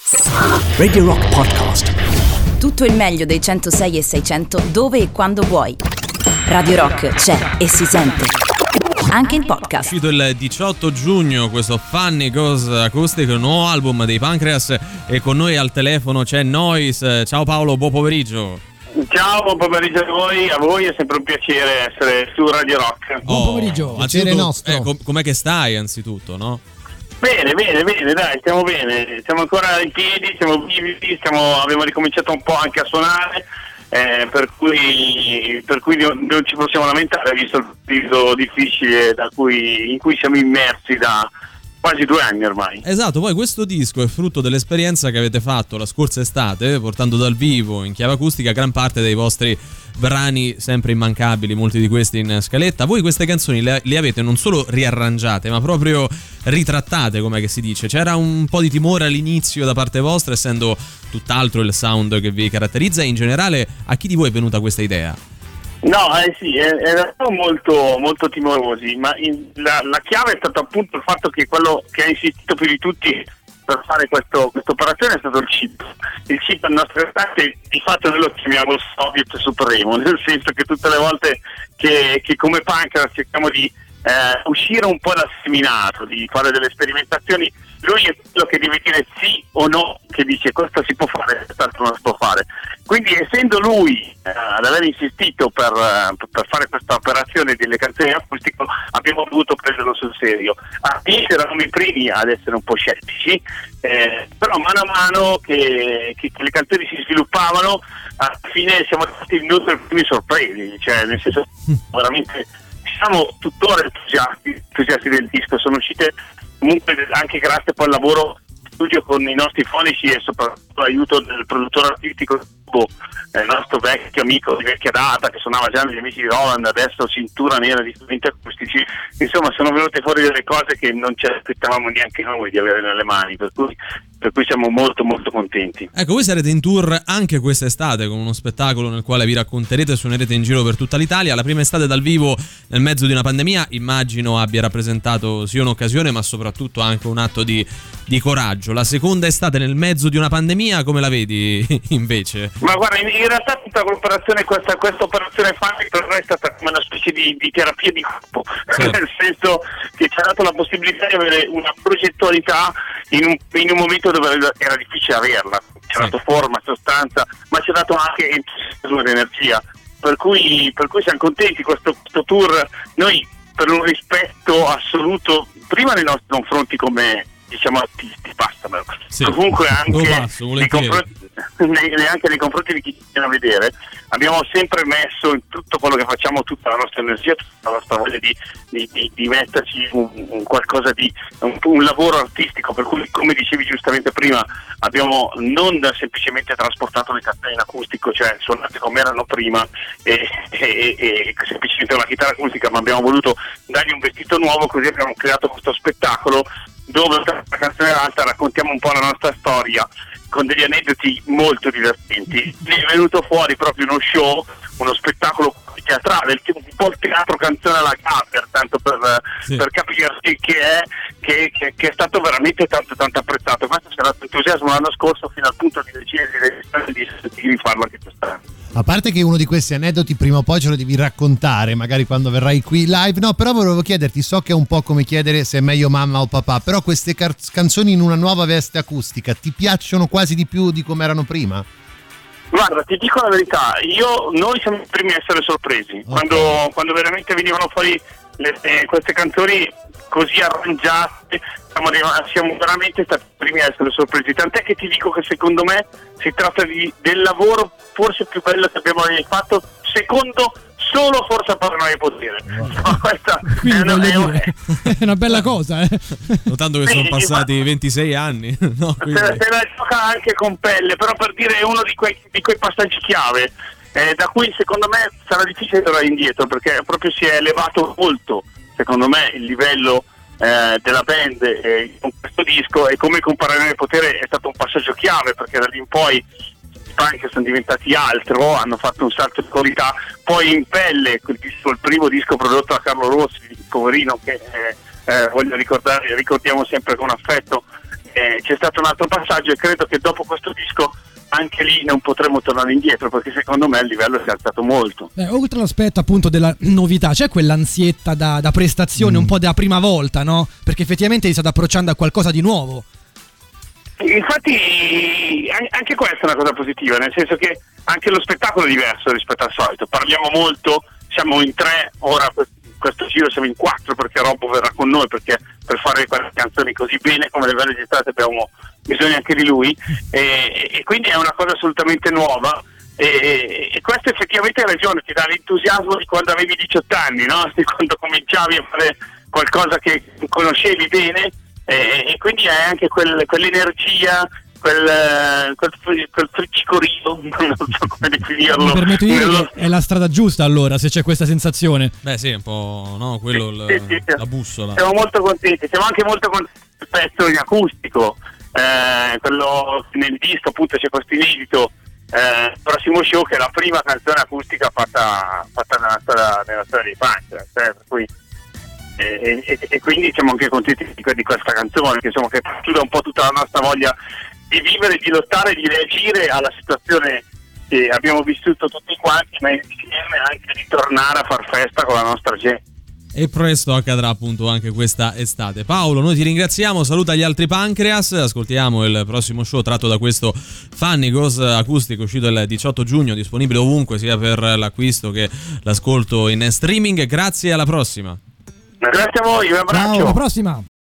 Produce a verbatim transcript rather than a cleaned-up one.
Radio Rock Podcast. Tutto il meglio dei centosei e seicento dove e quando vuoi. Radio Rock c'è e si sente anche in podcast. È uscito il diciotto giugno questo Funny Goes Acoustic, il nuovo album dei Pancreas, e con noi al telefono c'è Noise. Ciao Paolo, buon pomeriggio. Ciao, buon pomeriggio a voi, a voi è sempre un piacere essere su Radio Rock. Buon pomeriggio, piacere nostro. Eh, com- com'è che stai anzitutto, no? Bene, bene, bene, dai, stiamo bene, siamo ancora in piedi, siamo vivi, stiamo, abbiamo ricominciato un po' anche a suonare, eh, per cui, per cui non, non ci possiamo lamentare, visto il periodo difficile da cui, in cui siamo immersi da quasi due anni ormai. Esatto, poi questo disco è frutto dell'esperienza che avete fatto la scorsa estate, portando dal vivo in chiave acustica gran parte dei vostri brani sempre immancabili, molti di questi in scaletta. Voi queste canzoni le, le avete non solo riarrangiate, ma proprio ritrattate, come che si dice. C'era un po' di timore all'inizio da parte vostra, essendo tutt'altro il sound che vi caratterizza, e in generale a chi di voi è venuta questa idea? No, eh sì, eravamo molto, molto timorosi, ma in, la, la chiave è stato appunto il fatto che quello che ha insistito più di tutti per fare questo, questa operazione è stato il chip. Il chip al nostro istante, di fatto noi lo chiamiamo il Soviet Supremo, nel senso che tutte le volte che, che come punk cerchiamo di eh, uscire un po' dal seminato, di fare delle sperimentazioni, lui è quello che deve dire sì o no, che dice questo si può fare, quest'altro non si può fare. Quindi essendo lui eh, ad aver insistito per, eh, per fare questa operazione delle canzoni acustiche, abbiamo dovuto prenderlo sul serio. All'inizio eravamo i primi ad essere un po' scettici, eh, però mano a mano che, che, che le canzoni si sviluppavano, alla fine siamo stati noi per primi sorpresi, cioè nel senso veramente siamo tuttora entusiasti, entusiasti del disco. Sono uscite comunque anche grazie poi al lavoro studio con i nostri fonici e soprattutto l'aiuto del produttore artistico, il nostro vecchio amico di vecchia data che suonava già negli Amici di Roland, adesso cintura nera di strumenti acustici. Insomma, sono venute fuori delle cose che non ci aspettavamo neanche noi di avere nelle mani, per cui, per cui siamo molto molto contenti. Ecco, voi sarete in tour anche quest'estate con uno spettacolo nel quale vi racconterete e suonerete in giro per tutta l'Italia. La prima estate dal vivo nel mezzo di una pandemia immagino abbia rappresentato sia un'occasione ma soprattutto anche un atto di, di coraggio. La seconda estate nel mezzo di una pandemia come la vedi invece? Ma guarda, in, in realtà tutta l'operazione, questa, questa operazione Funny per noi è stata come una specie di, di terapia di gruppo, sì. Nel senso che ci ha dato la possibilità di avere una progettualità in un, in un momento dove era difficile averla, ci ha sì. dato forma, sostanza, ma ci ha dato anche entusiasmo ed energia, per cui, per cui siamo contenti. Questo, questo tour, noi per un rispetto assoluto prima nei nostri confronti come diciamo artisti, basta, sì. comunque anche passo, nei confronti neanche nei confronti di chi ci viene a vedere, abbiamo sempre messo in tutto quello che facciamo tutta la nostra energia, tutta la nostra voglia di, di, di, di metterci un, un qualcosa di un, un lavoro artistico, per cui come dicevi giustamente prima abbiamo non semplicemente trasportato le canzoni in acustico, cioè suonate come erano prima e, e, e semplicemente una chitarra acustica, ma abbiamo voluto dargli un vestito nuovo, così abbiamo creato questo spettacolo dove tra una canzone e l'altra raccontiamo un po' la nostra storia con degli aneddoti molto divertenti. È venuto fuori proprio uno show, uno spettacolo teatrale, un po' il teatro canzone alla Gabber, tanto per, sì. per capirsi che è, che, che, che è stato veramente tanto tanto apprezzato. Questo c'era entusiasmo l'anno scorso fino al punto di decidere di, di rifarlo anche quest'anno. A parte che uno di questi aneddoti prima o poi ce lo devi raccontare, magari quando verrai qui live. No, però volevo chiederti, so che è un po' come chiedere se è meglio mamma o papà, però queste car- canzoni in una nuova veste acustica ti piacciono quasi di più di come erano prima? Guarda, ti dico la verità, io noi siamo i primi a essere sorpresi, okay. quando, quando veramente venivano fuori le, eh, queste canzoni così arrangiate, siamo, siamo veramente stati i primi a essere sorpresi, tant'è che ti dico che secondo me si tratta di, del lavoro forse più bello che abbiamo mai fatto, secondo solo forse a Paranoia Potere. No, questa è una, è, un... è una bella cosa, eh? Notando che sì, sono passati ma... ventisei anni. No, quindi... se, se la gioca anche con pelle, però per dire è uno di quei, di quei passaggi chiave, eh, da cui secondo me sarà difficile tornare indietro, perché proprio si è elevato molto, secondo me, il livello eh, della band eh, con questo disco, e come con Paranoia Potere è stato un passaggio chiave, perché da lì in poi che sono diventati altro, hanno fatto un salto di qualità. Poi in pelle, quel disco, il primo disco prodotto da Carlo Rossi, poverino, che eh, eh, voglio ricordare, ricordiamo sempre con affetto, eh, c'è stato un altro passaggio, e credo che lì non potremo tornare indietro, perché secondo me il livello si è alzato molto. Eh, oltre all'aspetto appunto della novità, c'è quell'ansietta da, da prestazione mm. un po' da prima volta, no? Perché effettivamente ti state approcciando a qualcosa di nuovo. Infatti anche questa è una cosa positiva, nel senso che anche lo spettacolo è diverso rispetto al solito. Parliamo molto, siamo in tre, ora questo giro siamo in quattro perché Robbo verrà con noi, perché per fare quelle canzoni così bene come le abbiamo registrate abbiamo bisogno anche di lui, e, e quindi è una cosa assolutamente nuova, e, e questo effettivamente hai ragione, ti dà l'entusiasmo di quando avevi diciotto anni, no? Di quando cominciavi a fare qualcosa che conoscevi bene, e, e quindi hai anche quel, quell'energia, quel, quel, quel friccicorino, non so come definirlo. Mi permetto di dire che è la strada giusta, allora, se c'è questa sensazione. Beh sì, un po', no, quello sì, l- sì, sì. la bussola. Siamo molto contenti, siamo anche molto contenti del pezzo in acustico, eh, quello nel disco appunto c'è questo inedito, eh, prossimo show, che è la prima canzone acustica fatta, fatta nella storia, nella storia dei punk, cioè, per cui E, e, e quindi siamo anche contenti di, di questa canzone, che insomma che chiude un po' tutta la nostra voglia di vivere, di lottare, di reagire alla situazione che abbiamo vissuto tutti quanti, ma insieme anche di tornare a far festa con la nostra gente. E presto accadrà appunto anche questa estate. Paolo, noi ti ringraziamo, saluta gli altri Pancreas, ascoltiamo il prossimo show tratto da questo Funny-Ghost acustico uscito il diciotto giugno, disponibile ovunque sia per l'acquisto che l'ascolto in streaming. Grazie, alla prossima. Grazie a voi, un abbraccio. Ciao, alla prossima.